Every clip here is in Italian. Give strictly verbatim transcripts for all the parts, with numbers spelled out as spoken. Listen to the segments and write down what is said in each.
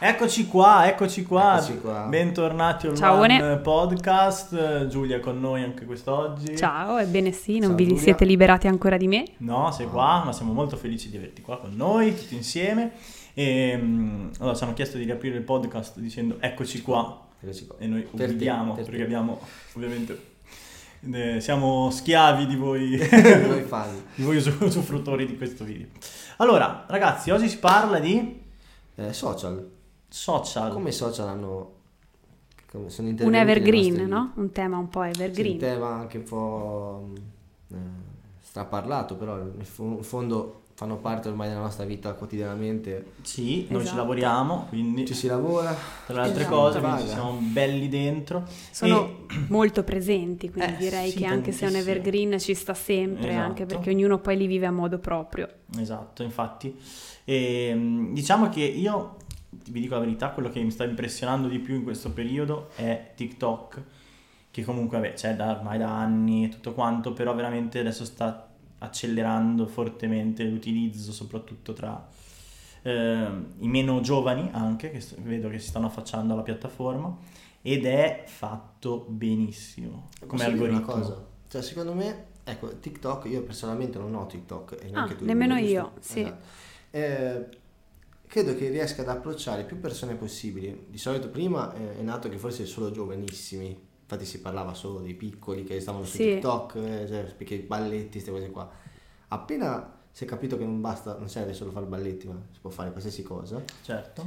Eccoci qua, eccoci qua, Eccoci qua. Bentornati al Ciao, One One. Podcast. Giulia con noi anche quest'oggi. Ciao, ebbene sì, non Ciao, vi Giulia. siete liberati ancora di me? No, sei qua, ma siamo molto felici di averti qua con noi, tutti insieme. E mm, allora ci hanno chiesto di riaprire il podcast dicendo eccoci qua, Eccoci qua. e noi Per te, ubbidiamo per te. perché abbiamo ovviamente eh, siamo schiavi di voi, Noi fan. di voi usu- usufruttori di questo video. Allora, ragazzi, oggi si parla di Eh, social. social. Come i social hanno... come sono Un intervenuti nelle evergreen, nostre vite. no? Un tema un po' Sì, evergreen. un tema anche un po' eh, straparlato, però in fo- in fondo fanno parte ormai della nostra vita quotidianamente. Sì, noi ci Esatto. lavoriamo, quindi Ci si lavora. tra le altre Esatto. cose, quindi ci Vaga. siamo belli dentro. Sono molto presenti, quindi Eh, direi sì, che anche se è un tantissimo. evergreen ci sta sempre, Esatto. anche perché ognuno poi li vive a modo proprio. E, esatto, infatti. E, mh, diciamo che io, vi dico la verità, quello che mi sta impressionando di più in questo periodo è TikTok, che comunque vabbè, c'è da, ormai da anni e tutto quanto, però veramente adesso sta accelerando fortemente l'utilizzo, soprattutto tra eh, i meno giovani anche, che st- vedo che si stanno affacciando alla piattaforma, ed è fatto benissimo come Posso dire una algoritmo. cosa? Cioè, secondo me, ecco, TikTok, io personalmente non ho TikTok e neanche Ah, tu. nemmeno giusto? io, sì. Esatto. Eh, credo che riesca ad approcciare più persone possibili. Di solito prima eh, è nato che forse solo giovanissimi, infatti si parlava solo dei piccoli che stavano su Sì. TikTok, eh, cioè, perché i balletti, queste cose qua. Appena si è capito che non basta, non serve solo fare balletti, ma si può fare qualsiasi cosa. Certo.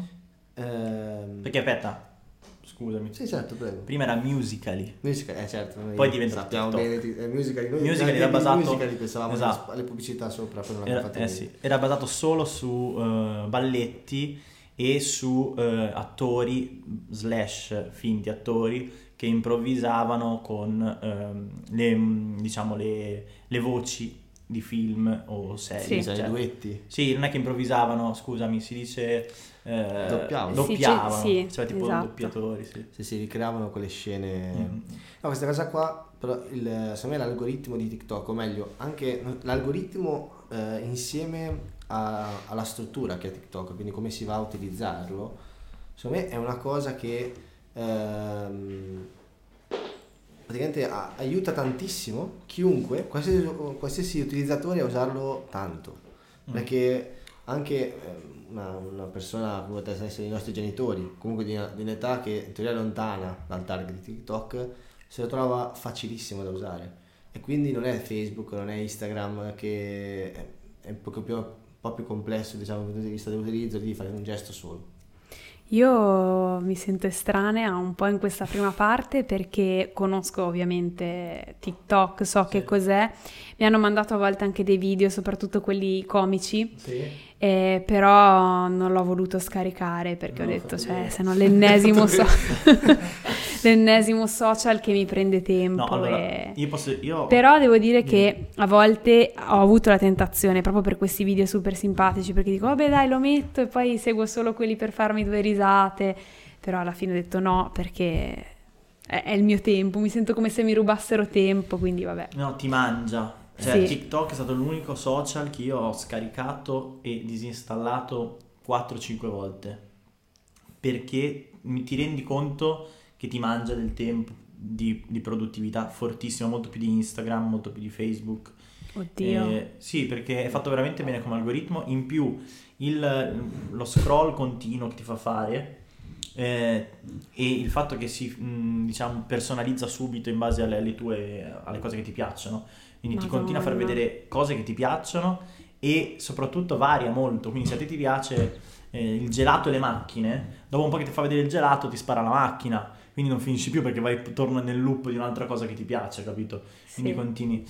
Ehm, Perché aspetta, scusami. Sì, certo, prego. Prima era Musical.ly. Musical, eh certo, noi Poi diventa sappiamo TikTok. bene ti- eh, Musical.ly, noi Musical.ly neanche era di basato- Musical.ly pensavamo esatto. alle pubblicità sopra, poi non Era, abbiamo fatto eh sì, era basato solo su eh, balletti e su eh, attori slash finti attori che improvvisavano con ehm, le, mh, diciamo, le, le voci di film o serie. Sì. Sai, cioè- duetti. sì, non è che improvvisavano, scusami, si dice eh, Doppiavano. doppiavano, Sì, sì, cioè tipo esatto. doppiatori, sì. Se si ricreavano quelle scene. Mm. No, questa cosa qua, però, il, secondo me l'algoritmo di TikTok, o meglio, anche l'algoritmo eh, insieme a- alla struttura che è TikTok, quindi come si va a utilizzarlo, secondo me è una cosa che ehm, praticamente a- aiuta tantissimo chiunque, qualsiasi, qualsiasi utilizzatore a usarlo tanto, Mm. perché anche ehm, una, una persona come potesse essere i nostri genitori, comunque di, una- di un'età che in teoria è lontana dal target di TikTok, se lo trova facilissimo da usare, e quindi non è Facebook, non è Instagram, che è, è un, po più, un po' più complesso, diciamo, dal punto di vista dell'utilizzo, di fare un gesto solo. Io mi sento estranea un po' in questa prima parte perché conosco ovviamente TikTok, so Sì. che cos'è, mi hanno mandato a volte anche dei video, soprattutto quelli comici, Sì. eh, però non l'ho voluto scaricare perché No, ho detto, fa cioè, bene. se no l'ennesimo, so- Fatto l'ennesimo social che mi prende tempo. No, allora, e- io posso... Io... Però devo dire che a volte ho avuto la tentazione proprio per questi video super simpatici, perché dico vabbè dai lo metto e poi seguo solo quelli per farmi due risate, però alla fine ho detto no perché è, è il mio tempo, mi sento come se mi rubassero tempo, quindi vabbè. No, ti mangia. Cioè, Sì. TikTok è stato l'unico social che io ho scaricato e disinstallato quattro cinque volte. Perché mi ti rendi conto che ti mangia del tempo di, di produttività fortissimo, molto più di Instagram, molto più di Facebook. Oddio. Eh, sì, perché è fatto veramente bene come algoritmo. In più, il, lo scroll continuo che ti fa fare eh, e il fatto che si mh, diciamo personalizza subito in base alle, alle tue alle cose che ti piacciono, quindi ti Madonna. continua a far vedere cose che ti piacciono e soprattutto varia molto. Quindi se a te ti piace eh, il gelato e le macchine, dopo un po' che ti fa vedere il gelato ti spara la macchina, quindi non finisci più perché vai torna nel loop di un'altra cosa che ti piace, capito? Quindi Sì. continui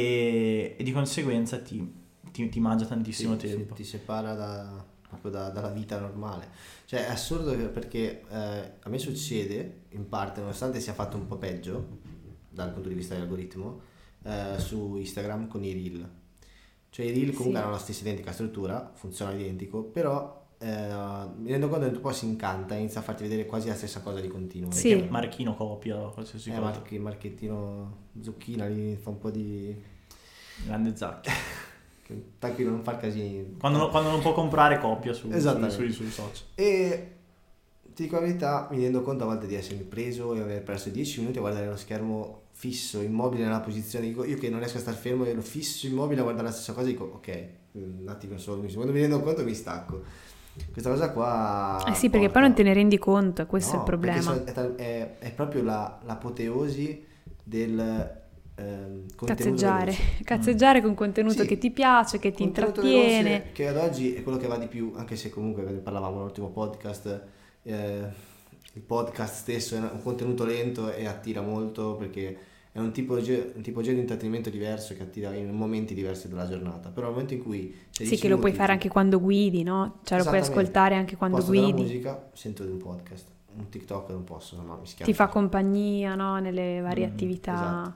e, e di conseguenza ti, ti, ti mangia tantissimo Sì, tempo. sì, ti separa da, proprio da- dalla vita normale. Cioè è assurdo che- perché eh, a me succede in parte, nonostante sia fatto un po' peggio dal punto di vista dell'algoritmo, eh, su Instagram con i reel. Cioè i reel comunque Sì. hanno la stessa identica struttura, funziona identico, però eh, mi rendo conto che un po' si incanta e inizia a farti vedere quasi la stessa cosa di continuo. Sì. Perché Marchino copia qualsiasi Eh, cosa. marchi- marchettino zucchina lì fa un po' di... Grande Zacchi. che tranquillo, non fa casini. Quando, non- quando non può comprare copia su, Esattamente. sui, sui, sui social. E ti dico la verità, mi rendo conto a volte di essermi preso e aver perso dieci minuti a guardare lo schermo fisso, immobile nella posizione. Dico, io che non riesco a stare fermo e lo fisso immobile a guardare la stessa cosa, dico ok, un attimo solo, quando mi rendo conto mi stacco. Questa cosa qua Eh sì, perché porta... poi non te ne rendi conto, questo no, è il problema. so, è, è, è proprio la, l'apoteosi del ehm, Cazzeggiare, veloce. cazzeggiare con contenuto Sì, che ti piace, che ti contenuto intrattiene. veloce, che ad oggi è quello che va di più, anche se comunque ne parlavamo nell'ultimo podcast, eh, il podcast stesso è un contenuto lento e attira molto perché è un tipo, un tipo di intrattenimento diverso che attira in momenti diversi della giornata, però nel momento in cui sì, che lo puoi fare anche quando guidi, no? Cioè lo puoi ascoltare anche quando posto guidi. della musica, sento un podcast, un TikTok non posso, no, mi schiaffo. Ti fa compagnia, no? Nelle varie mm, attività. Esatto.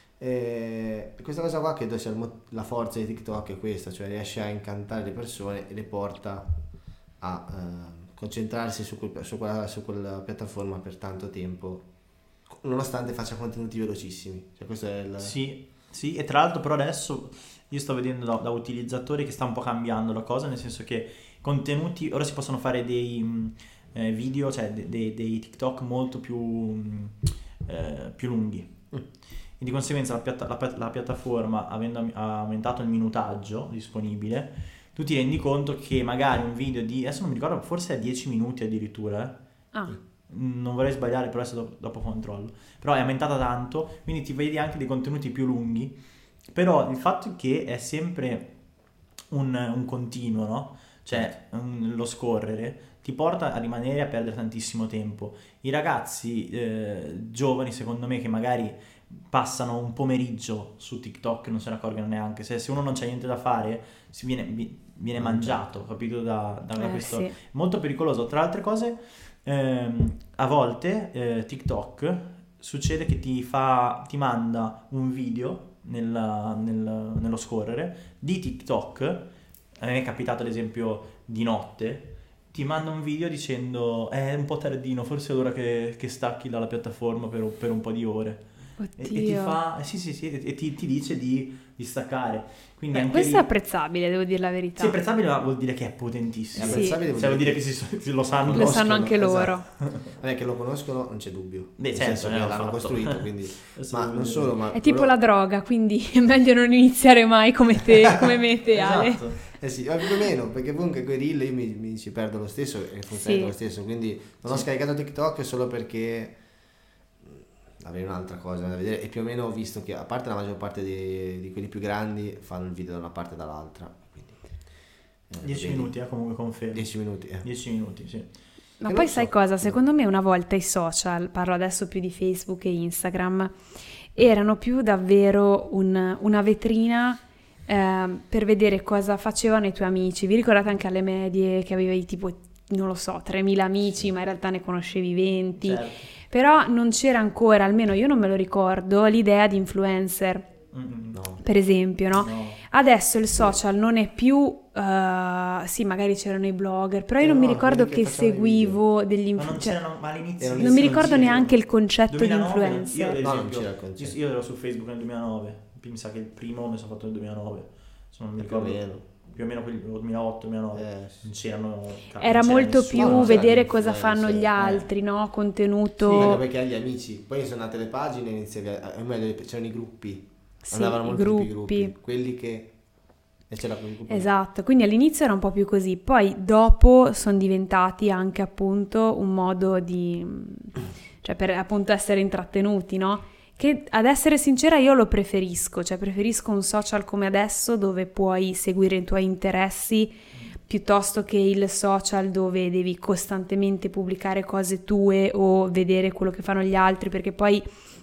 E questa cosa qua credo sia la forza di TikTok è questa, cioè riesce a incantare le persone e le porta a eh, concentrarsi su, quel, su, quella, su quella piattaforma per tanto tempo, nonostante faccia contenuti velocissimi. Cioè, questo è il... Sì, sì, e tra l'altro però adesso io sto vedendo da, da utilizzatore che sta un po' cambiando la cosa, nel senso che contenuti, ora si possono fare dei eh, video, cioè de, de, dei TikTok molto più, eh, più lunghi. Mm. E di conseguenza la, piatta, la, la piattaforma, avendo aumentato il minutaggio disponibile, tu ti rendi conto che magari un video di, adesso non mi ricordo, forse è dieci minuti addirittura, eh? Ah. Non vorrei sbagliare, però adesso dopo, dopo controllo, però è aumentata tanto, quindi ti vedi anche dei contenuti più lunghi, però il fatto è che è sempre un, un continuo, no? Cioè un, lo scorrere ti porta a rimanere a perdere tantissimo tempo. I ragazzi eh, giovani, secondo me, che magari passano un pomeriggio su TikTok non se ne accorgono neanche, se, se uno non c'ha niente da fare si viene, viene mangiato, capito, da, da, da eh, questo sì. Molto pericoloso. Tra altre cose, ehm, a volte eh, TikTok succede che ti fa ti manda un video nella, nel, nello scorrere di TikTok. A me è capitato ad esempio di notte, ti manda un video dicendo è un po' tardino, forse è l'ora che, che stacchi dalla piattaforma per, per un po' di ore. E, e ti fa, eh, sì, sì, sì, e ti, ti dice di, di staccare. Quindi Beh, anche questo lì, è apprezzabile, devo dire la verità. sì, è apprezzabile, ma vuol dire che è potentissimo. È Sì. apprezzabile, vuol Cioè, vuol dire che che si, si- lo sanno. Lo sanno anche esatto. loro. Vabbè, che lo conoscono non c'è dubbio. Beh, Nel certo, senso eh, che l'hanno l'hanno fatto. costruito, quindi... Adesso ma voglio non vedere. solo, ma È tipo quello- la droga, quindi è meglio non iniziare mai come te, come me te, Ale. Esatto. Eh sì, ma più o meno, perché comunque quei reel io mi, mi ci perdo lo stesso e funziona Sì. lo stesso, quindi non ho Sì. scaricato TikTok solo perché avrei un'altra cosa da vedere e più o meno ho visto che a parte la maggior parte di, di quelli più grandi fanno il video da una parte e dall'altra, quindi eh, dieci vedi. minuti, eh, comunque confermo. dieci minuti, eh. dieci minuti, sì. Ma Che poi non sai so. cosa? Secondo me una volta i social, parlo adesso più di Facebook e Instagram, erano più davvero un- una vetrina ehm, per vedere cosa facevano i tuoi amici. Vi ricordate anche alle medie che avevi tipo, non lo so, tremila amici, ma in realtà ne conoscevi venti. Certo. Però non c'era ancora, almeno io non me lo ricordo, l'idea di influencer, Mm, No. per esempio, no? no. Adesso il social non è più, eh, sì, magari c'erano i blogger, però io Eh non mi no, ricordo quelli che che facevano i seguivo degli Ma non influencer. c'erano, ma all'inizio Erano Non mi Sì, ricordo sì, neanche il concetto di duemilanove, influencer. Io, ad No, non esempio, c'era il concetto. io, io ero su Facebook nel duemilanove, mi sa che il primo mi sono fatto nel duemilanove, se non mi Più o ricordo, meno. più o meno quelli duemilaotto duemilanove, Eh, sì. non c'erano, Era non c'era molto nessuno. più No, non c'era vedere l'influencer, cosa fanno gli eh. altri, no? Sì, anche Contenuto. perché hai gli amici, poi sono nate le pagine, iniziavi a, a- meglio, c'erano i gruppi, Sì, andavano i molto di più i gruppi. gruppi, quelli che e c'era quel gruppo. Esatto, quindi all'inizio era un po' più così, poi dopo sono diventati anche appunto un modo di, cioè per appunto essere intrattenuti, no? Che ad essere sincera io lo preferisco, cioè preferisco un social come adesso dove puoi seguire i tuoi interessi piuttosto che il social dove devi costantemente pubblicare cose tue o vedere quello che fanno gli altri, perché poi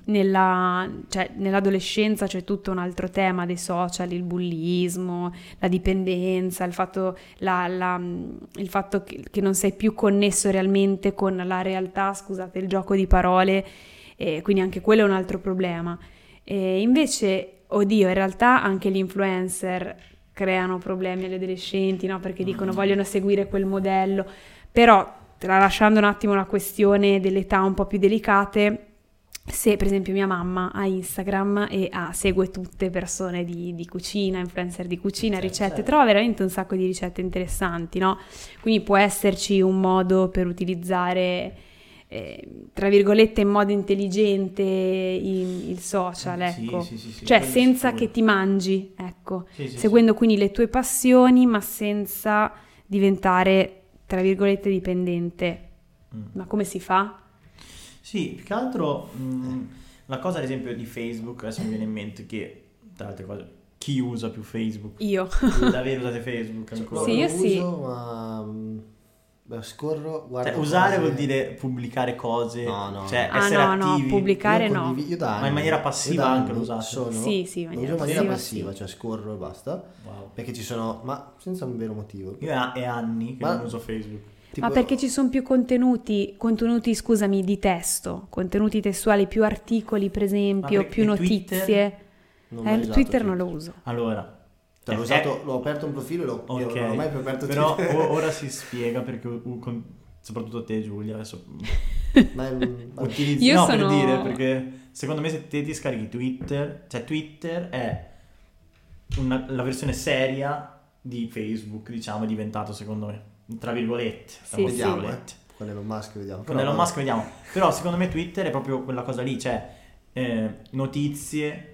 nella, cioè, nell'adolescenza c'è tutto un altro tema dei social, il bullismo, la dipendenza, il fatto, la, la, il fatto che, che non sei più connesso realmente con la realtà, scusate il gioco di parole, e quindi anche quello è un altro problema. E invece, oddio, in realtà anche gli influencer creano problemi agli adolescenti, no? Perché dicono vogliono seguire quel modello, però tralasciando un attimo la questione delle età un po' più delicate, se per esempio mia mamma ha Instagram e ha, segue tutte persone di, di cucina, influencer di cucina, Certo, ricette, certo. trova veramente un sacco di ricette interessanti, no? Quindi può esserci un modo per utilizzare, eh, tra virgolette, in modo intelligente il, il social, Sì, ecco. sì, sì, sì, Cioè quello senza sicuro. che ti mangi, ecco, Sì, sì, seguendo quindi le tue passioni, ma senza diventare, tra virgolette, dipendente. sì. Mm. Ma come si fa? Sì, più che altro mh, la cosa ad esempio di Facebook, adesso mi viene in mente che, tra le altre cose, chi usa più Facebook? Io. Davvero usate Facebook ancora? No, Sì, io lo sì. uso, ma mm, beh, scorro, guardo Cioè, usare cose- vuol dire pubblicare cose, No, no, cioè no. Ah, essere no, no, attivi. pubblicare Io no. condivi- io da Ma in anni- maniera io passiva da anche anni lo usate? sono- Sì, sì, in lo maniera uso in maniera passiva, passiva, sì. cioè scorro e basta. Wow. Perché ci sono, ma senza un vero motivo. Io è, è anni che Ma- non uso Facebook. Tipo- Ma perché ci sono più contenuti, contenuti, scusami, di testo, contenuti testuali, più articoli, per esempio, perché più Twitter? notizie. non ho Eh, mai il usato Twitter non lo uso. Allora, Cioè, l'ho, eh, usato, eh, l'ho aperto un profilo e l'ho, io ok, non ho mai più aperto però Twitter. o- ora si spiega perché u- u- con- soprattutto te Giulia adesso Ma è un- vabbè. utilizzi, Io no, sono- per dire, perché secondo me se te ti scarichi Twitter, cioè Twitter è una- la versione seria di Facebook, diciamo, è diventato secondo me, tra virgolette, tra Sì, molte sì. Vediamo, eh. virgolette. Con Elon Musk vediamo. Con Però Elon vabbè. Musk vediamo, però secondo me Twitter è proprio quella cosa lì, cioè eh, notizie,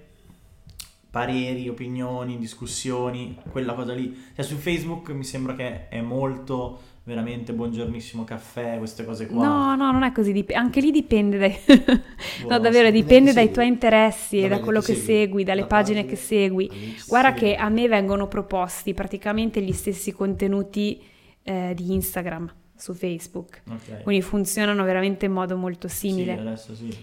pareri, opinioni, discussioni, quella cosa lì. Cioè su Facebook mi sembra che è molto veramente buongiornissimo caffè, queste cose qua. No, no, non è così, dip- anche lì dipende dai... no, Buono, davvero, sì. dipende Chi dai segui? tuoi interessi e Vabbè, da chi quello che segui? segui, dalle La pagine pagina, che segui. amici, Guarda sì. che a me vengono proposti praticamente gli stessi contenuti eh, di Instagram su Facebook, Ok. quindi funzionano veramente in modo molto simile. Sì, adesso sì.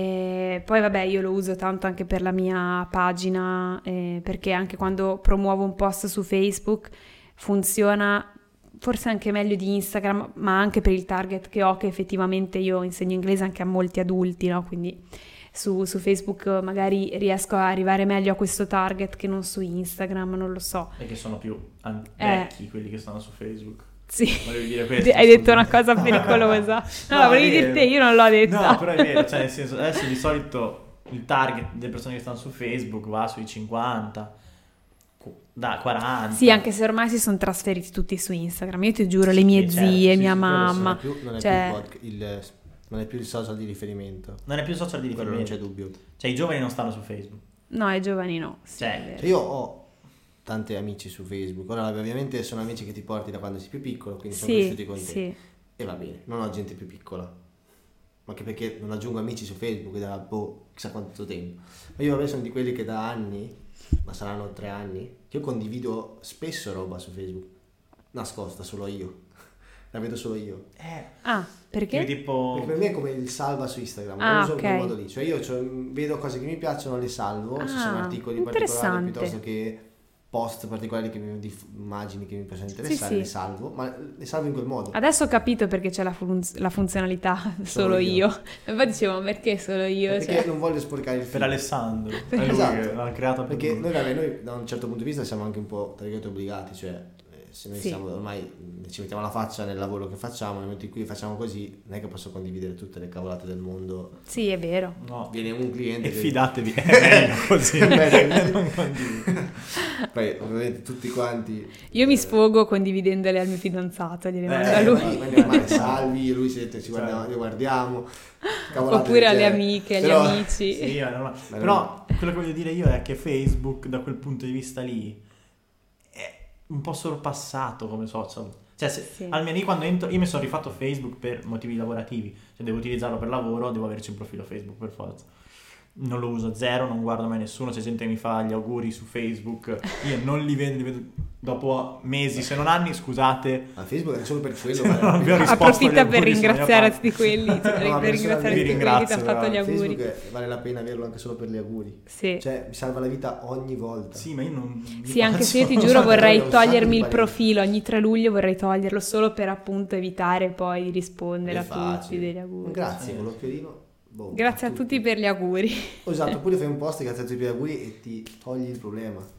E poi vabbè, io lo uso tanto anche per la mia pagina, eh, perché anche quando promuovo un post su Facebook funziona forse anche meglio di Instagram, ma anche per il target che ho, che effettivamente io insegno inglese anche a molti adulti, no? Quindi su, su Facebook magari riesco a arrivare meglio a questo target che non su Instagram, non lo so. Perché sono più an- Eh. vecchi quelli che stanno su Facebook. Sì, Volevi dire questo? hai detto scusa. una cosa pericolosa. No, No, la volevi è dire vero. te, io non l'ho detta. No, però è vero, cioè nel senso, adesso di solito il target delle persone che stanno su Facebook va sui cinquanta, qu- da quaranta. Sì, anche se ormai si sono trasferiti tutti su Instagram. Io ti giuro, le mie Sì, certo, zie, sì, mia sì, quello Non è mamma. più, non è cioè- più il, pod- il- non è più il social di riferimento. Non è più social di Quello non riferimento. c'è dubbio. Cioè i giovani non stanno su Facebook. No, ai giovani no. Sì, Cioè, è vero. Cioè, io ho tanti amici su Facebook. Ora, ovviamente sono amici che ti porti da quando sei più piccolo, quindi sono cresciuti Sì, con te. sì. E va bene, non ho gente più piccola. Ma anche perché non aggiungo amici su Facebook da boh, chissà quanto tempo. Ma io vabbè sono di quelli che da anni, ma saranno tre anni, che io condivido spesso roba su Facebook. Nascosta, solo io. La vedo solo io. eh, Ah, perché? io tipo... Perché per me è come il salva su Instagram, Ah, lo uso in quel ok. modo lì. Cioè io cioè, vedo cose che mi piacciono, le salvo, se sono Ah, articoli particolari interessante. piuttosto che post particolari che mi, di immagini che mi possono interessare, sì. le salvo, ma le salvo in quel modo. Adesso ho capito perché c'è la, funz- la funzionalità solo io. io. E poi dicevo, ma perché solo io? Perché Cioè, non voglio sporcare il Per film. Alessandro. È lui Esatto. che l'ha creata per Perché lui. noi, vabbè, noi da un certo punto di vista siamo anche un po' tra virgolette obbligati, cioè eh, se noi Sì. siamo ormai mh, ci mettiamo la faccia nel lavoro che facciamo, nel momento in cui facciamo così, non è che posso condividere tutte le cavolate del mondo. sì, è vero. No. Viene un cliente E che- fidatevi, è meglio così. Bene. Non condivido. Poi ovviamente tutti quanti Io mi eh, sfogo condividendole al mio fidanzato, gliele mando Eh, a lui. ma- ma ne male salvi, lui siete, ci guardiamo, Cioè. li guardiamo. cavolate Oppure del alle genere. amiche, agli Però- amici. Sì, ma normale. Ma Però quello che voglio dire io è che Facebook da quel punto di vista lì è un po' sorpassato come social. Cioè, se, Sì. almeno io quando entro, io mi sono rifatto Facebook per motivi lavorativi, cioè devo utilizzarlo per lavoro, devo averci un profilo Facebook per forza. Non lo uso zero, non guardo mai nessuno, c'è gente che mi fa gli auguri su Facebook, io non li vedo, li vedo dopo mesi, se non anni, scusate. Ma Facebook è solo per quello. Se vale non la abbiamo pena. risposto agli Approfitta per auguri sulla mia ringraziare pagina. tutti quelli, No, per ringraziare personalmente tutti vi quelli che ti ringrazio, hanno fatto gli veramente. auguri. Facebook è- vale la pena averlo anche solo per gli auguri. Sì. Cioè, mi salva la vita ogni volta. Sì, ma io non... mi Sì, anche se io ti faccio- giuro sacco- vorrei un sacco togliermi di il parenti. profilo, ogni tre luglio vorrei toglierlo solo per appunto evitare poi di rispondere È a tutti facile. degli auguri. Grazie, Eh. con l'occhiolino. boh, Grazie a tutti per gli auguri. Ho usato pure fai un post grazie a tutti per gli auguri e ti togli il problema.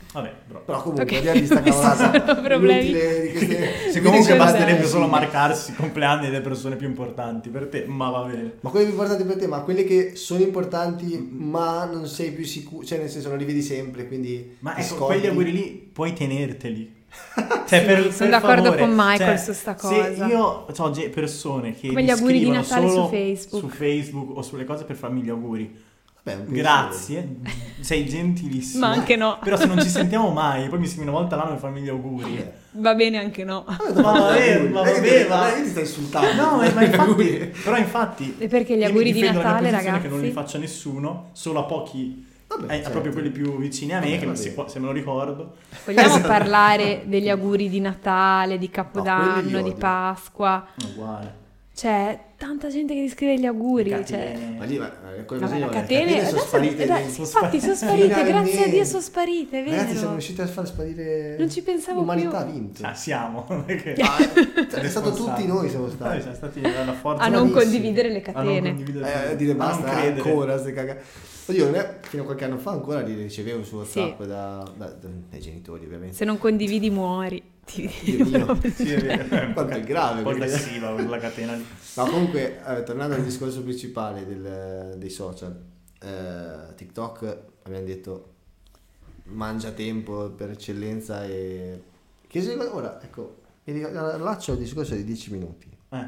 Vabbè, bro. Però comunque, Ok. al di là di sta cavolata, Mi sono problemi. inutile di queste- Se quindi comunque c'è- basterebbe sì. solo marcarsi i compleanni delle persone più importanti per te, ma va bene. Ma quelli più importanti per te, ma quelli che sono importanti ma non sei più sicuro, cioè nel senso non li vedi sempre, quindi Ma ti ecco, scordi. quegli auguri lì puoi tenerteli. Cioè, per, sono per d'accordo favore, con Michael cioè, su sta se cosa. io ho persone che Come mi gli auguri di scrivono Natale su solo Facebook. su Facebook o sulle cose per farmi gli auguri. Vabbè, un pensiero. Grazie, sei gentilissimo. Ma anche no. Però se non ci sentiamo mai, poi mi scrivi una volta all'anno per farmi gli auguri. Vabbè. Va bene anche no. Vabbè, Ma vabbè, ma non è che vabbè, ti- ma- non è che ti stai insultando. No, ma, ma Gli infatti, auguri. però infatti E perché gli io mi auguri di difendo la mia Natale, posizione che non li ragazzi? faccio a nessuno, solo a pochi, Vabbè, eh, certo. proprio quelli più vicini a me, Vabbè, che vabbè. se, se me lo ricordo. Vogliamo Esatto. parlare degli auguri di Natale, di quelli li Capodanno, di odio. Pasqua? Uguale. C'è tanta gente che ti scrive gli auguri. Le Cioè... catene. Ma lì, ma, eh, quelle Vabbè, cose la no, catene, le catene sono adesso- sparite. dai, dei- sì, infatti sono sparite, grazie a Finalmente. Dio sono sparite, è vero. Ragazzi, siamo riusciti a far sparire. Non ci pensavo L'umanità più. ha vinto. Ah, siamo. Perché Ah, cioè, è stato tutti noi siamo Noi stati. siamo stati la forza A non bravissimi. condividere le a non catene. condividere- Eh, a dire a non basta credere. ancora ste caga. Oddio, non è- fino a qualche anno fa ancora li ricevevo su WhatsApp Sì. da, da- da- dai genitori, ovviamente. Se non condividi muori. Ti Dio mio. Sì, è vero. Quanto è grave, Un po' perché- aggressiva quella catena lì. No, comunque, eh, tornando al discorso principale del- dei social, eh, TikTok abbiamo detto mangia tempo per eccellenza e che secondo ora, ecco, mi allaccio al discorso di dieci minuti. Eh.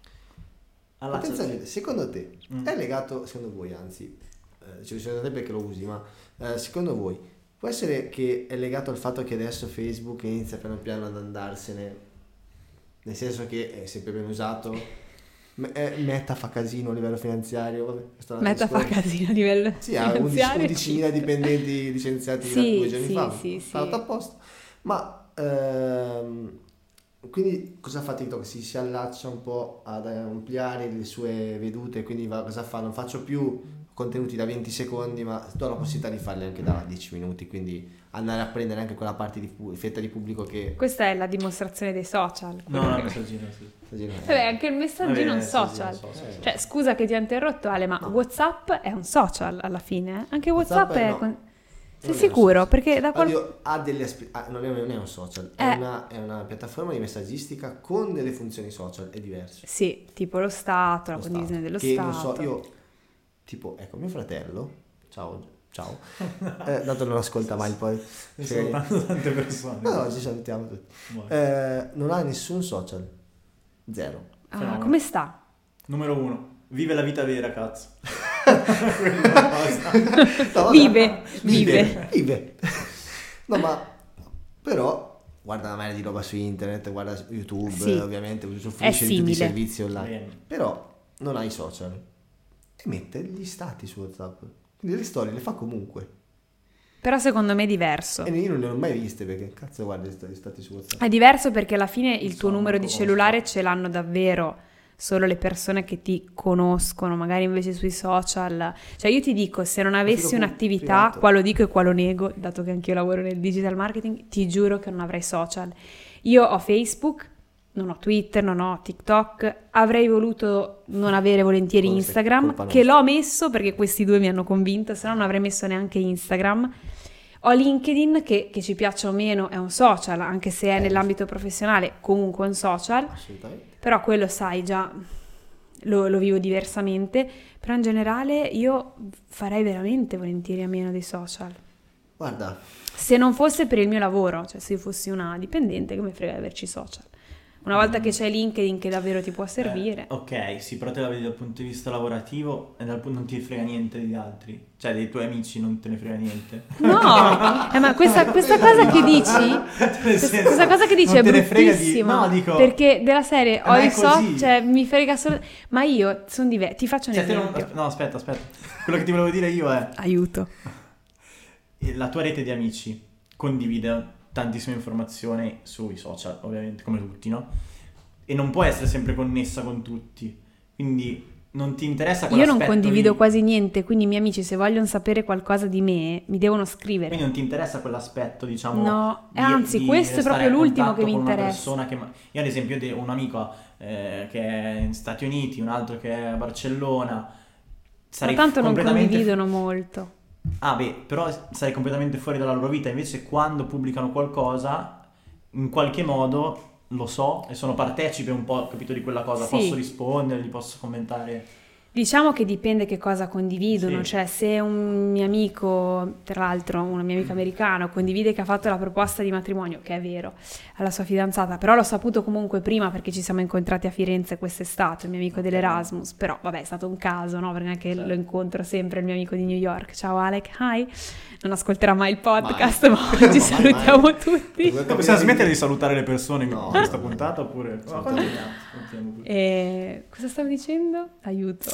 Ma Allacciati. pensate, secondo te Mm. è legato, secondo voi, anzi, eh, cioè, secondo te perché lo usi, ma eh, secondo voi può essere che è legato al fatto che adesso Facebook inizia piano piano ad andarsene, nel senso che è sempre ben usato? Me- eh, Meta fa casino a livello finanziario, vabbè, questo è un altro Meta fa discorso. casino a livello Sì, ha finanziario. undicimila dipendenti licenziati Sì, due giorni sì, fa, sì, fatto sì. apposta. Ma ehm, quindi cosa fa TikTok? Si, si allaccia un po' ad ampliare le sue vedute, quindi va- cosa fa? Non faccio più contenuti da venti secondi, ma do la possibilità di farli anche da dieci minuti, quindi andare a prendere anche quella parte di pu- fetta di pubblico che... Questa è la dimostrazione dei social. No, quello no, che- messaggino, sì. Vabbè, anche il messaggino è un Vabbè, social. sì, sì, sì, sì. Cioè, scusa che ti ho interrotto, Ale, ma No. WhatsApp è un social alla fine? eh? Anche WhatsApp WhatsApp, è- è... no. con- Non Sei è un sicuro? social. Perché da qual... Oddio, ha delle aspe- ah, non, è, non è un social, è, Eh. una, è una piattaforma di messaggistica con delle funzioni social, è diverso. Sì, tipo lo Stato, la Lo condivisione Stato. dello che Stato. non so, io tipo, ecco, mio fratello, ciao, ciao, eh, dato non ascolta mai il poi. Ne sono tante, tante persone. No, no, ci salutiamo tutti. Buono. Eh, non ha nessun social, zero. Ah, fenomeno. come sta? Numero uno. Vive la vita vera, cazzo. Quella è la cosa. No, vabbè. Vive, vive. Vive. No, ma però guarda una marea di roba su internet, guarda su YouTube, Sì. ovviamente usufruisce È di tutti i simile. servizi online. Bene. Però non ha i social e mette gli stati su WhatsApp. Quindi le storie le fa comunque. Però secondo me è diverso. E io non le ho mai viste perché cazzo guarda gli stati su WhatsApp. È diverso perché alla fine il tuo Insomma, numero di conosco. cellulare ce l'hanno davvero solo le persone che ti conoscono, magari invece sui social. Cioè io ti dico, se non avessi Profilo un'attività, privato. qua lo dico e qua lo nego, dato che anch'io lavoro nel digital marketing, ti giuro che non avrei social. Io ho Facebook, non ho Twitter, non ho TikTok, avrei voluto non avere volentieri Questa è Instagram, colpa che nostra. l'ho messo perché questi due mi hanno convinto, se no non avrei messo neanche Instagram. Ho LinkedIn che, che ci piaccia o meno è un social, anche se è Eh. nell'ambito professionale, comunque è un social, Assolutamente. però quello sai già, lo, lo vivo diversamente, però in generale io farei veramente volentieri a meno dei social. Guarda, Se non fosse per il mio lavoro, cioè se io fossi una dipendente, che mi frega di averci social. Una volta che c'è LinkedIn che davvero ti può servire. Eh, ok, sì, però te la vedi dal punto di vista lavorativo e dal punto non ti frega niente degli altri. Cioè, dei tuoi amici non te ne frega niente. No, eh, ma questa, questa cosa che dici, Nel questa, senso, questa cosa che dici non è te ne frega di- bruttissima, no, dico- perché della serie ho ma è i so, così. cioè mi frega solo, ma io sono diversa, ti faccio un Cioè, te non- esempio. no, aspetta, aspetta. Quello che ti volevo dire io è Aiuto. la tua rete di amici condivide tantissime informazioni sui social, ovviamente, come tutti, no? E non può essere sempre connessa con tutti. Quindi non ti interessa Io quell'aspetto non condivido lì. quasi niente, quindi i miei amici se vogliono sapere qualcosa di me mi devono scrivere. Quindi non ti interessa quell'aspetto, diciamo. No, di- anzi, di questo è stare proprio a l'ultimo contatto che mi con una interessa. persona che ma- Io, ad esempio, ho un amico eh, che è in Stati Uniti, un altro che è a Barcellona. Ma Sarei tanto non completamente condividono molto. Ah beh, però sei completamente fuori dalla loro vita, invece quando pubblicano qualcosa, in qualche modo lo so e sono partecipe un po', capito, di quella cosa, Sì. posso rispondere, gli posso commentare. Diciamo che dipende che cosa condividono, Sì. cioè se un mio amico, tra l'altro un mio amico americano, condivide che ha fatto la proposta di matrimonio, che è vero, alla sua fidanzata, però l'ho saputo comunque prima perché ci siamo incontrati a Firenze quest'estate, il mio amico dell'Erasmus, però vabbè è stato un caso, no? Perché anche Certo. lo incontro sempre, il mio amico di New York. Ciao Alec, hi! Non ascolterà mai il podcast, ma Mai. oggi No, mai, salutiamo mai. tutti. Possiamo smettere di salutare le persone in No, questa no, no. puntata oppure... No, continuiamo, continuiamo pure. E cosa stavo dicendo? Aiuto.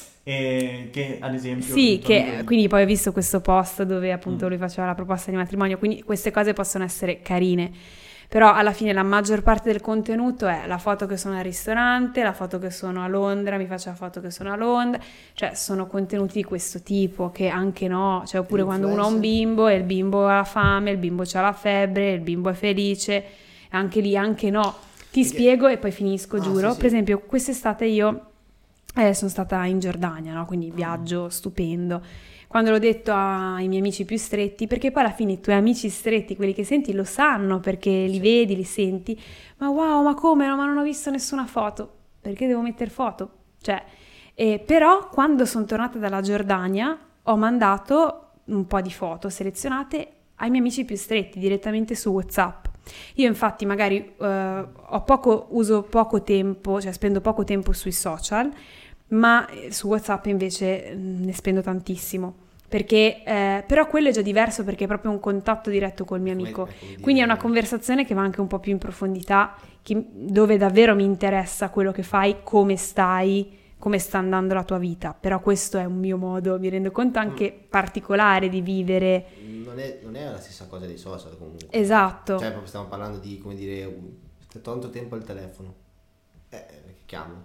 E che ad esempio... Sì, il tuo che amico- quindi poi ho visto questo post dove appunto Mm. lui faceva la proposta di matrimonio, quindi queste cose possono essere carine, però alla fine la maggior parte del contenuto è la foto che sono al ristorante, la foto che sono a Londra, mi faccio la foto che sono a Londra, cioè sono contenuti di questo tipo che anche no, cioè oppure quando uno ha un bimbo e il bimbo ha fame, il bimbo ha la febbre, il bimbo è felice, anche lì anche no. Ti Perché- spiego e poi finisco, Ah, giuro. sì, sì. Per esempio quest'estate io eh, sono stata in Giordania, no? Quindi viaggio stupendo. Quando l'ho detto ai miei amici più stretti, perché poi alla fine i tuoi amici stretti, quelli che senti, lo sanno perché li vedi, li senti, ma wow, ma come? No, ma non ho visto nessuna foto. Perché devo mettere foto? Cioè, eh, però quando sono tornata dalla Giordania ho mandato un po' di foto selezionate ai miei amici più stretti direttamente su WhatsApp. Io infatti magari eh, ho poco, uso poco tempo, cioè spendo poco tempo sui social, ma eh, su WhatsApp invece mh, ne spendo tantissimo. Perché, eh, però quello è già diverso perché è proprio un contatto diretto col mio Come- amico. è come dire- Quindi è una conversazione che va anche un po' più in profondità, che- dove davvero mi interessa quello che fai, come stai, come sta andando la tua vita. Però questo è un mio modo, mi rendo conto, anche particolare di vivere. Non è, non è la stessa cosa dei social comunque. Esatto. Cioè proprio stiamo parlando di, come dire, un- tanto tempo al telefono. Eh, che chiamo?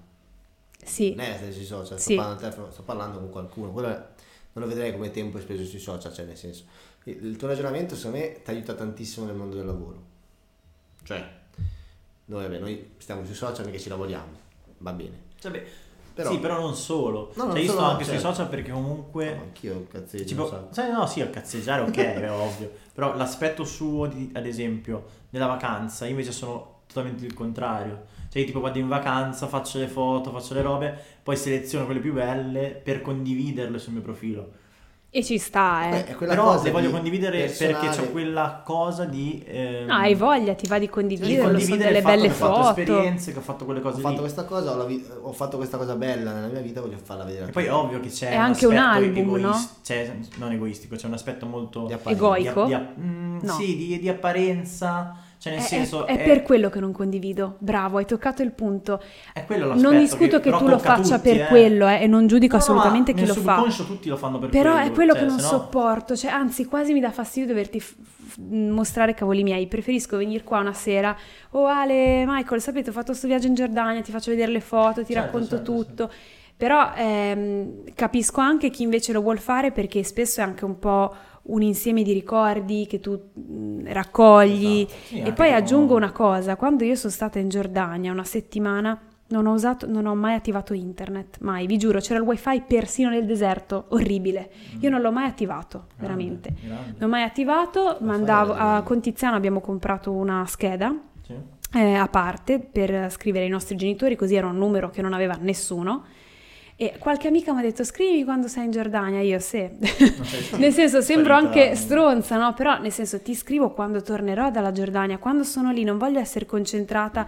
Sì. Non è la stessa sui social, sto Sì. parlando al telefono, sto parlando con qualcuno. Quello è- non lo vedrei come tempo speso sui social, cioè nel senso. Il, il tuo ragionamento secondo me ti aiuta tantissimo nel mondo del lavoro. Cioè, noi, vabbè, noi stiamo sui social perché ci lavoriamo, va bene. Cioè, beh, Però- sì, però non solo. No, non cioè, io solo, sto anche certo. sui social perché comunque... No, anch'io cazzeggio, Tipo, non so. sai, no, sì, a cazzeggiare, ok, è ovvio. Però l'aspetto suo, di, ad esempio, della vacanza, io invece sono totalmente il contrario. Cioè, io tipo vado in vacanza, faccio le foto, faccio le robe, poi seleziono quelle più belle per condividerle sul mio profilo. E ci sta, Beh, eh. è quella Però cosa le voglio di condividere personale. perché c'ho quella cosa di... ehm, No, hai voglia, ti va di di condividerlo, sono condividere delle il fatto belle che ho fatto foto. esperienze, che ho fatto quelle cose Ho fatto lì. questa cosa, ho, la vi- ho fatto questa cosa bella nella mia vita, voglio farla vedere. a E poi è tutti. ovvio che c'è È anche un aspetto album, no? egoist- cioè, non egoistico, c'è un aspetto molto Di apparenza. Egoico? di, di- mm, No. sì, di, di apparenza, cioè nel È, senso è- è per quello che non condivido. Bravo, hai toccato il punto. è quello l'aspetto Non discuto che, però tu lo tocca faccia tutti, per eh. quello, eh, e non giudico No, no, assolutamente ma chi nel lo fa. subconscio tutti lo fanno per Però quello, è quello cioè, che non se no- sopporto, cioè anzi quasi mi dà fastidio doverti f- f- mostrare cavoli miei, preferisco venire qua una sera, oh Ale, Michael, sapete ho fatto questo viaggio in Giordania, ti faccio vedere le foto, ti Certo, racconto certo, tutto, però ehm, capisco anche chi invece lo vuol fare perché spesso è anche un po' un insieme di ricordi che tu mh, raccogli. Esatto. Sì, E anche poi con- aggiungo una cosa, quando io sono stata in Giordania una settimana non ho usato, non ho mai attivato internet, mai, vi giuro, c'era il wifi persino nel deserto, orribile, io non l'ho mai attivato, Grande, veramente, grande. non ho mai attivato, Lo mandavo, fai, lo a devi- con Tiziano abbiamo comprato una scheda Sì. eh, a parte per scrivere ai nostri genitori, così era un numero che non aveva nessuno. E qualche amica mi ha detto scrivi quando sei in Giordania, io sì, nel senso sembro Sparita. anche stronza, no? Però nel senso ti scrivo quando tornerò dalla Giordania, quando sono lì non voglio essere concentrata,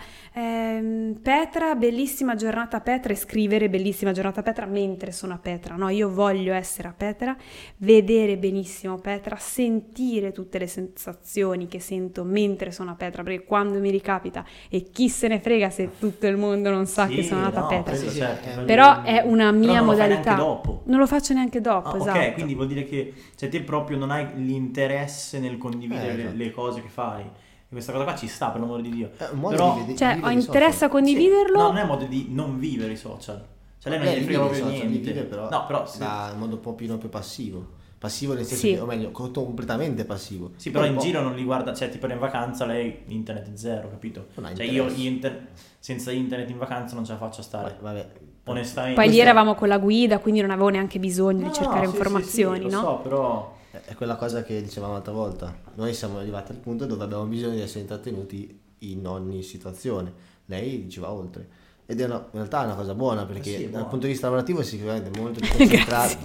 ehm, Petra, bellissima giornata a Petra, e scrivere bellissima giornata a Petra mentre sono a Petra, no? Io voglio essere a Petra, vedere benissimo Petra, sentire tutte le sensazioni che sento mentre sono a Petra, perché quando mi ricapita, e chi se ne frega se tutto il mondo non sa Sì, che sono andata no, a Petra, quello Sì, certo, sì, quello- però è una Però mia non lo fai modalità. neanche dopo. Non lo faccio neanche dopo, Ah, esatto. ok, quindi vuol dire che cioè, te proprio non hai l'interesse nel condividere Eh, le- esatto. le cose che fai. E questa cosa qua ci sta, per l'amore di Dio. È un modo Però- di vede- Cioè, vivere ho i interesse a social. condividerlo. No, non è modo di non vivere i social. Cioè lei non Vabbè, gli li frega vive i proprio social, li niente. vive, però, No, però sì, da in modo un pochino più passivo. Passivo nel senso Sì. che, o meglio, co- completamente passivo. sì, però Un in po'. giro non li guarda, cioè tipo in vacanza lei internet è zero, capito? Non ha Cioè io interesse. inter- senza internet in vacanza non ce la faccio a stare. Vabbè, vabbè. Onestamente. Poi lì Questo- eravamo con la guida, quindi non avevo neanche bisogno No, di cercare sì, sì, informazioni, sì, no? Lo so, però Eh, è quella cosa che dicevamo l'altra volta. Noi siamo arrivati al punto dove abbiamo bisogno di essere intrattenuti in ogni situazione. Lei ci va oltre. Ed è una, in realtà è una cosa buona, perché sì, dal buono. punto di vista lavorativo è sicuramente molto più concentrato.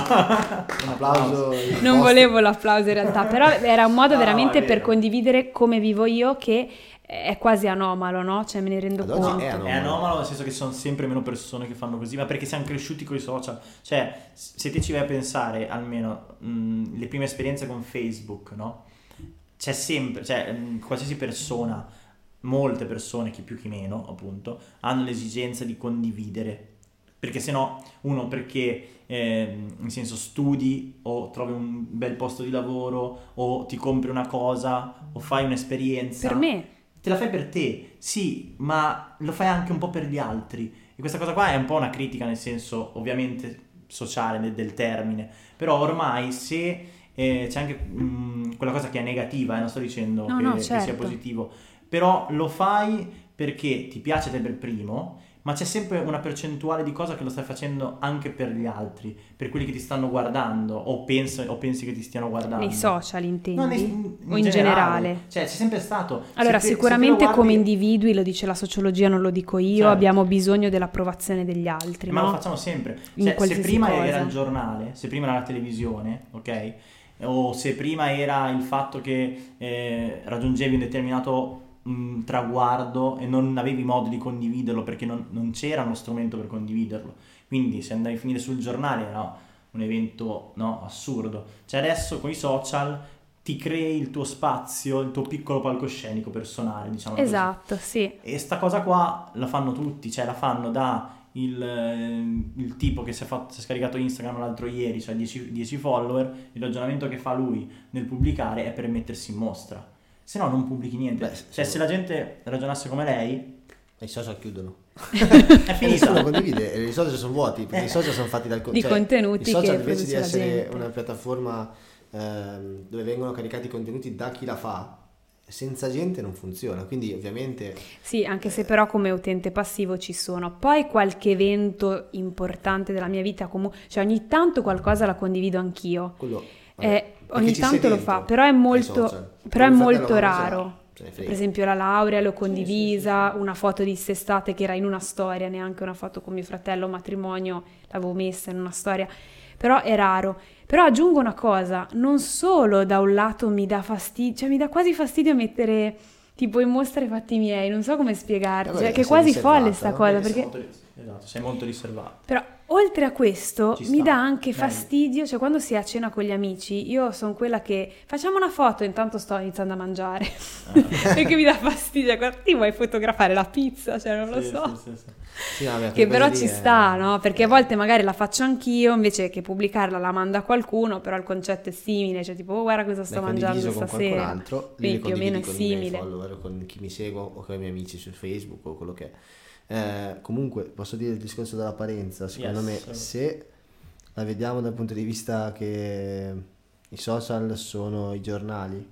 Un applauso. Non volevo l'applauso in realtà, però era un modo No, veramente è per vero. condividere come vivo io, che è quasi anomalo, no? Cioè me ne rendo Ad oggi conto. è È anomalo. anomalo nel senso che ci sono sempre meno persone che fanno così, ma perché siamo cresciuti con i social. Cioè, se te ci vai a pensare, almeno mh, le prime esperienze con Facebook, no? C'è sempre, cioè, mh, qualsiasi persona, molte persone, chi più chi meno, appunto, hanno l'esigenza di condividere. Perché se no, uno perché, eh, in senso, studi o trovi un bel posto di lavoro o ti compri una cosa o fai un'esperienza. Per me, Te la fai per te, sì, ma lo fai anche un po' per gli altri. E questa cosa qua è un po' una critica, nel senso, ovviamente, sociale del, del termine. Però ormai se eh, c'è anche mh, quella cosa che è negativa, eh, non sto dicendo No, che, no, che sia certo. positivo, però lo fai perché ti piace te per primo, ma c'è sempre una percentuale di cosa che lo stai facendo anche per gli altri, per quelli che ti stanno guardando o, penso, o pensi che ti stiano guardando. nei social intendi? No, nei- o in generale? Cioè, c'è sempre stato. Allora, se te- sicuramente se te lo come guardi- individui, lo dice la sociologia, non lo dico io, Certo. abbiamo bisogno dell'approvazione degli altri, Ma no? lo facciamo sempre. In Cioè, se qualsiasi prima cosa. era il giornale, se prima era la televisione, ok? O se prima era il fatto che eh, raggiungevi un determinato mh, traguardo e non avevi modo di condividerlo perché non, non c'era uno strumento per condividerlo. Quindi se andavi a finire sul giornale era un evento, no, assurdo. Cioè adesso con i social ti crei il tuo spazio, il tuo piccolo palcoscenico personale, diciamo così. Esatto, sì. E sta cosa qua la fanno tutti, cioè la fanno da il, eh, il tipo che si è, fatto, si è scaricato Instagram l'altro ieri, cioè dieci, dieci follower, il ragionamento che fa lui nel pubblicare è per mettersi in mostra. Se no non pubblichi niente. Beh, cioè sì. se la gente ragionasse come lei, I social chiudono. è E finita. nessuno condivide, e i social sono vuoti, perché i social sono fatti dal Di cioè, contenuti i social che invece di produce la essere gente. una piattaforma ehm, dove vengono caricati i contenuti da chi la fa, senza gente non funziona, quindi ovviamente Sì, anche se però come utente passivo ci sono. Poi qualche evento importante della mia vita, comunque, cioè ogni tanto qualcosa la condivido anch'io. quello Eh, vabbè, perché ogni ci sei tanto lo dentro fa, però è ai molto, social. però è Come mio molto fratello, quando raro. se ne Per frega. esempio la laurea l'ho condivisa, una foto di quest'estate che era in una storia, neanche una foto con mio fratello, matrimonio, l'avevo messa in una storia, però è raro. Però aggiungo una cosa, non solo da un lato mi dà fastidio, cioè mi dà quasi fastidio mettere tipo in mostra i fatti miei, non so come spiegarti, Eh, cioè, vabbè, che è sei quasi riservata, folle sta no? cosa, Perché sei perché... molto, esatto, sei molto riservato. Però oltre a questo Ci mi sta, dà anche meglio. fastidio, cioè quando si è a cena con gli amici, io sono quella che facciamo una foto, intanto sto iniziando a mangiare, perché mi dà fastidio, guarda, ti vuoi fotografare la pizza, cioè non lo Sì, so. sì, sì, sì. Sì, vabbè, Che quelle però cose ci lì è- sta, no? Perché a volte magari la faccio anch'io, invece che pubblicarla la mando a qualcuno, però il concetto è simile, cioè tipo, oh, guarda cosa sto l'hai mangiando condiviso con qualcun stasera. altro, Quindi li più o meno è condividi con i miei simile. follower, con chi mi segue o con i miei amici su Facebook o quello che è. Eh, comunque posso dire il discorso dell'apparenza, secondo Yes. me se la vediamo dal punto di vista che i social sono i giornali,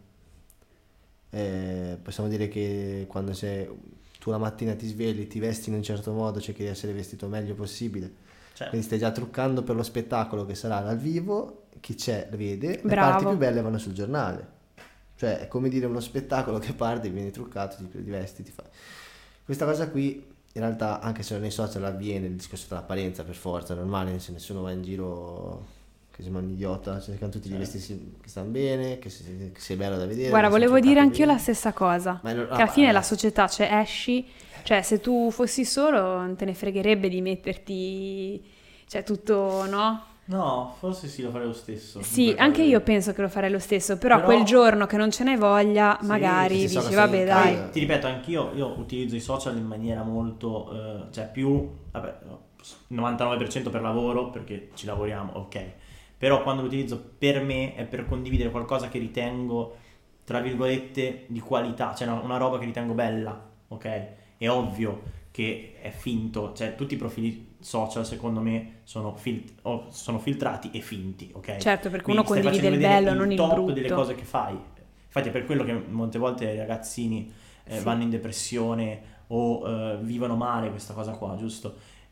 eh, possiamo dire che quando sei, tu la mattina ti svegli, ti vesti in un certo modo, cerchi di essere vestito meglio possibile, Cioè, quindi stai già truccando per lo spettacolo che sarà dal vivo, chi c'è lo vede, le Bravo. parti più belle vanno sul giornale, cioè è come dire uno spettacolo che parte, vieni truccato, ti, ti vesti, ti fai. Questa cosa qui in realtà, anche se nei social avviene il discorso dell'apparenza, per forza, è normale, se nessuno va in giro che sembra un idiota, cercano tutti di Certo. vestirsi che stanno bene, che, si, che sia bello da vedere. Guarda, che sia volevo dire truccato anch'io bene. la stessa cosa, Ma è no- che ah, alla fine vabbè. la società, cioè esci, cioè se tu fossi solo non te ne fregherebbe di metterti, cioè tutto, no? no, forse sì, lo farei lo stesso. Sì, In quel anche caso io lì. penso che lo farei lo stesso, però, Però- quel giorno che non ce n'hai voglia, Sì, magari che si sa dici che vabbè sei- dai. Dai. Ti ripeto, anch'io io utilizzo i social in maniera molto, eh, cioè più, vabbè, novantanove per cento per lavoro, perché ci lavoriamo, ok. Però quando lo utilizzo per me è per condividere qualcosa che ritengo, tra virgolette, di qualità, cioè una, una roba che ritengo bella, ok? È ovvio che è finto, cioè tutti i profili social secondo me sono, fil- o sono filtrati e finti, ok? Certo, perché Quindi uno stai condivide facendo il vedere bello, non il top brutto. delle cose che fai. Infatti è per quello che molte volte i ragazzini eh, Sì. vanno in depressione o eh, vivono male questa cosa qua, giusto?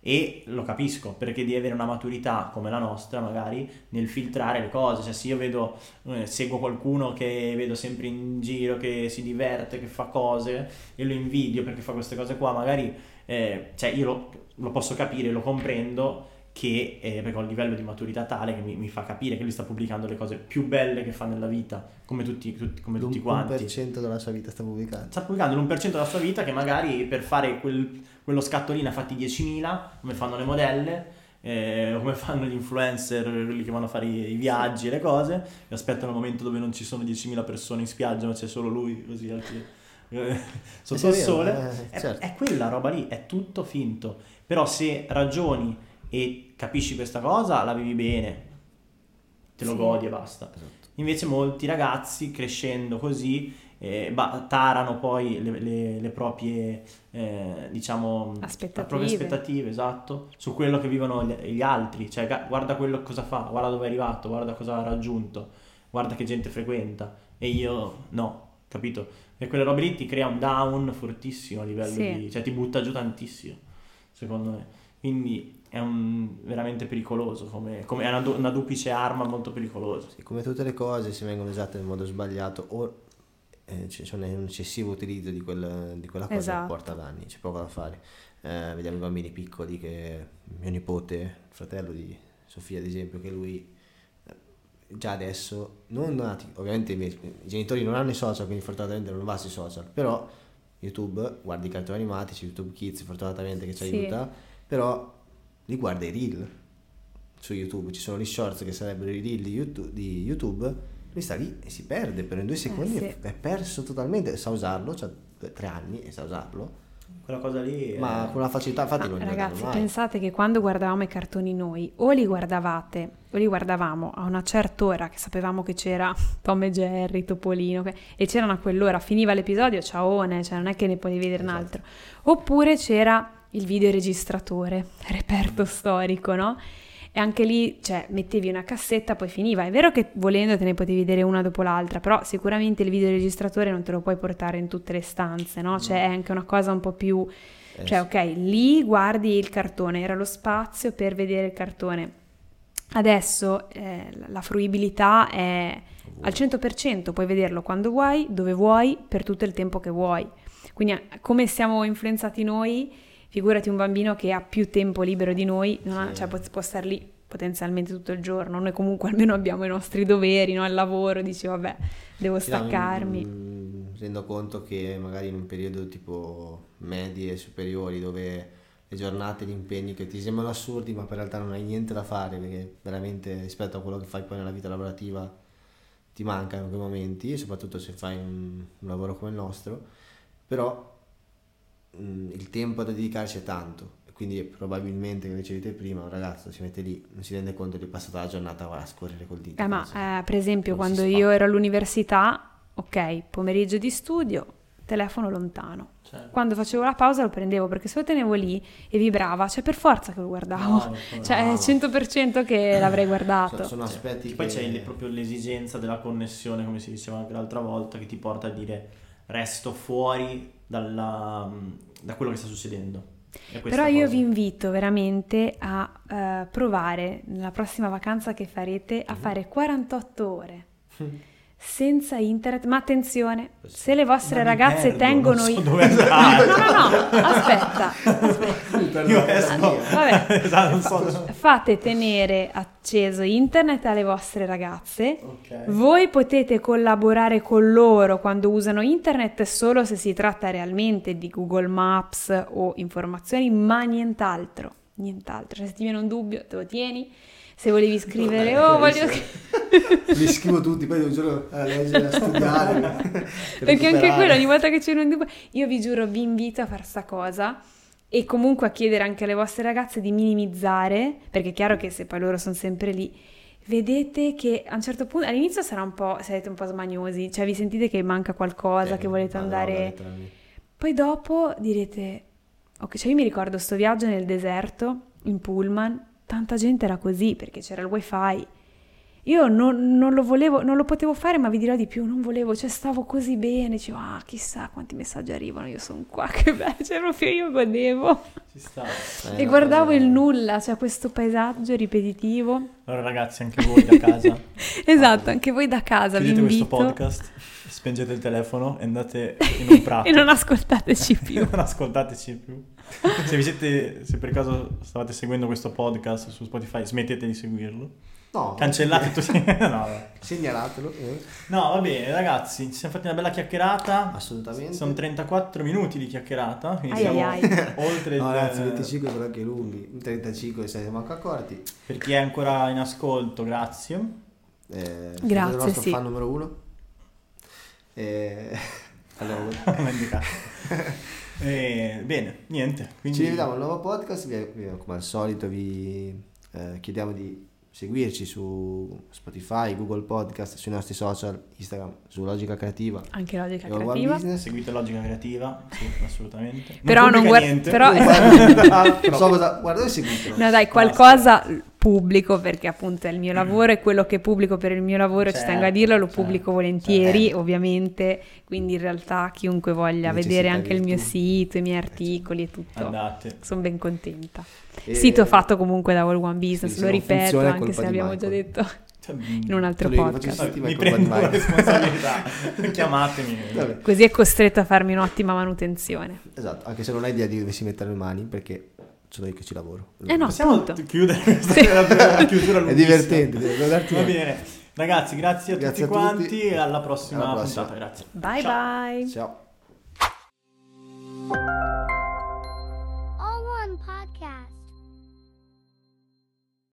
E lo capisco, perché devi avere una maturità come la nostra magari nel filtrare le cose. Cioè se io vedo, eh, seguo qualcuno che vedo sempre in giro, che si diverte, che fa cose, e lo invidio perché fa queste cose qua, magari eh, cioè io lo, lo posso capire, lo comprendo, che eh, perché ho un livello di maturità tale che mi, mi fa capire che lui sta pubblicando le cose più belle che fa nella vita, come tutti, tutti, come tutti quanti. L'uno per cento della sua vita sta pubblicando. Sta pubblicando l'uno per cento della sua vita, che magari per fare quel, quello scatto lì ne ha fatti diecimila, come fanno le modelle, eh, come fanno gli influencer, quelli che vanno a fare i, i viaggi e le cose, e aspettano il momento dove non ci sono diecimila persone in spiaggia, ma c'è solo lui così altri, eh, sotto il sole. Eh, certo. è, è quella roba lì, è tutto finto. Però se ragioni e capisci questa cosa, la vivi bene, te lo Sì. godi e basta. Esatto. Invece molti ragazzi crescendo così eh, ba- tarano poi le, le- le proprie eh, diciamo Aspettative. le proprie aspettative, esatto, su quello che vivono gli, gli altri. Cioè ga- guarda quello cosa fa, guarda dove è arrivato, guarda cosa ha raggiunto, guarda che gente frequenta, e io no, capito? E quelle robe lì ti crea un down fortissimo a livello Sì. di, cioè ti butta giù tantissimo, secondo me. Quindi è un, veramente pericoloso, come, come è una, du- una duplice arma molto pericolosa. Sì, come tutte le cose, se vengono usate in modo sbagliato o eh, c'è c'è un eccessivo utilizzo di, quel- di quella cosa Esatto. che porta danni, c'è poco da fare. Eh, vediamo i bambini piccoli, che mio nipote, il fratello di Sofia ad esempio, che lui eh, già adesso, non nati, ovviamente i, miei- i genitori non hanno i social, quindi fortunatamente non va sui social, però YouTube, guardi i cartoni animati, c'è YouTube Kids fortunatamente che ci Sì. aiuta, però li guarda i reel su YouTube, ci sono gli shorts che sarebbero i reel di YouTube, di YouTube, lui sta lì e si perde per due secondi, sì. è, è perso totalmente, sa usarlo, ha tre anni e sa usarlo, Quella cosa lì è- ma con una facilità, infatti Ma non gli ragazzi, danno mai. pensate che quando guardavamo i cartoni noi, o li guardavate, o li guardavamo a una certa ora, che sapevamo che c'era Tom e Jerry, Topolino, che- e c'erano a quell'ora, finiva l'episodio, ciaone, cioè non è che ne potevi vedere un Esatto. altro. Oppure c'era il videoregistratore, reperto storico, no? E anche lì, cioè, mettevi una cassetta, poi finiva. È vero che volendo te ne potevi vedere una dopo l'altra, però sicuramente il videoregistratore non te lo puoi portare in tutte le stanze, no? Cioè, è anche una cosa un po' più... Eh, Cioè, sì. ok, lì guardi il cartone, era lo spazio per vedere il cartone. Adesso eh, la fruibilità è al cento per cento, puoi vederlo quando vuoi, dove vuoi, per tutto il tempo che vuoi. Quindi, eh, come siamo influenzati noi, figurati un bambino che ha più tempo libero di noi, non ha- Sì. cioè, può, può star lì potenzialmente tutto il giorno. Noi comunque almeno abbiamo i nostri doveri, no? Il lavoro, dici vabbè, devo Sì, no, staccarmi. mi rendo conto che magari in un periodo tipo medie, superiori, dove le giornate, gli impegni che ti sembrano assurdi, ma per realtà non hai niente da fare, perché veramente rispetto a quello che fai poi nella vita lavorativa ti mancano quei momenti, soprattutto se fai un, un lavoro come il nostro, però mh, il tempo da dedicarci è tanto, e quindi probabilmente, come dicevete prima, un ragazzo si mette lì, non si rende conto di passare la giornata a scorrere col dito. Eh, ma penso. eh, per esempio Non si quando spacca. io ero all'università, ok, pomeriggio di studio, telefono lontano. Certo. Quando facevo la pausa lo prendevo perché se lo tenevo lì e vibrava, cioè per forza che lo guardavo. No, no, Cioè no. è cento per cento che l'avrei Sono, guardato. sono Cioè, aspetti che poi che... c'è il- proprio l'esigenza della connessione, come si diceva anche l'altra volta, che ti porta a dire resto fuori dalla- da quello che sta succedendo. E questa Però io cosa- vi invito veramente a eh, provare nella prossima vacanza che farete a fare quarantotto ore senza internet, ma attenzione, se le vostre Ma mi ragazze perdo, tengono non so i- dove no, andare. no, no, no, aspetta, aspetta. Io esco. Vabbè, Esatto, non so fa- dove- fate tenere acceso internet alle vostre ragazze. Ok. Voi potete collaborare con loro quando usano internet solo se si tratta realmente di Google Maps o informazioni, ma nient'altro. Nient'altro. Cioè, se ti viene un dubbio, te lo tieni. Se volevi scrivere, oh, voglio. Li scrivo tutti, poi devo giuro a leggere, a studiare. per Perché anche recuperare. quello, ogni volta che c'è un dubbio, io vi giuro, vi invito a fare sta cosa e comunque a chiedere anche alle vostre ragazze di minimizzare, perché è chiaro che se poi loro sono sempre lì, vedete che a un certo punto, all'inizio sarà un po', sarete un po' smagnosi, cioè vi sentite che manca qualcosa, Eh, che volete madonna, andare, letteralmente. poi dopo direte, ok, cioè io mi ricordo sto viaggio nel deserto, in pullman, tanta gente era così perché c'era il wifi. io non, non lo volevo, non lo potevo fare, ma vi dirò di più, non volevo, cioè stavo così bene, dicevo, ah, chissà quanti messaggi arrivano, io sono qua, che bello, cioè proprio io godevo. Ci sta. E guardavo il nulla, cioè questo paesaggio ripetitivo. Allora ragazzi, anche voi da casa. Esatto, anche voi da casa vi Chiudete invito. questo podcast, spengete il telefono e andate in un prato. E non ascoltateci più. Non ascoltateci più. Se vi siete, se per caso stavate seguendo questo podcast su Spotify, smettete di seguirlo. No. Cancellate tutti. No, vabbè. Segnalatelo. Eh. No, va bene, ragazzi, ci siamo fatti una bella chiacchierata. Assolutamente. Sono trentaquattro minuti di chiacchierata, quindi Ai, siamo ai, ai. oltre il... No, ragazzi, venticinque sono anche lunghi. trentacinque se siamo anche accorti. Per chi è ancora in ascolto, grazie. Eh, Grazie, il nostro sì. fan numero uno. Eh, allora, Vendicato. E, bene, niente. Quindi... ci rivediamo al nuovo podcast. Vi- vi- come al solito vi eh, chiediamo di seguirci su Spotify, Google Podcast, sui nostri social, Instagram, su Logica Creativa. Anche Logica e One Creativa. Business. Seguite Logica Creativa, sì, assolutamente. Però non pubblica guarda- niente. però- Non so cosa, guardate e seguitelo. No dai, qualcosa pubblico, perché appunto è il mio lavoro, è quello che pubblico per il mio lavoro, ci Certo, tengo a dirlo, lo certo, pubblico volentieri, certo. ovviamente, quindi in realtà chiunque voglia Necessità vedere anche il mio virtù. sito, i miei articoli e tutto, Andate. sono ben contenta. E- Sito fatto comunque da All One Business, Sì, lo se non ripeto, funziona è anche colpa se di l'abbiamo già Michael. detto Cioè, in un altro Te lo dico, podcast. faccio- mi Michael prendo la Van Dyke. responsabilità. Chiamatemi. Vabbè. Così è costretto a farmi un'ottima manutenzione. Esatto, anche se non hai idea di dove si mettere le mani, perché sono io che ci lavoro. Eh no, Possiamo appunto. chiudere questa Sì. la chiusura È lunghissima. divertente, devo darti Va una- bene. Ragazzi, grazie a Grazie tutti a tutti. quanti e alla prossima, Alla prossima. puntata. Grazie. Bye Ciao. bye. Ciao.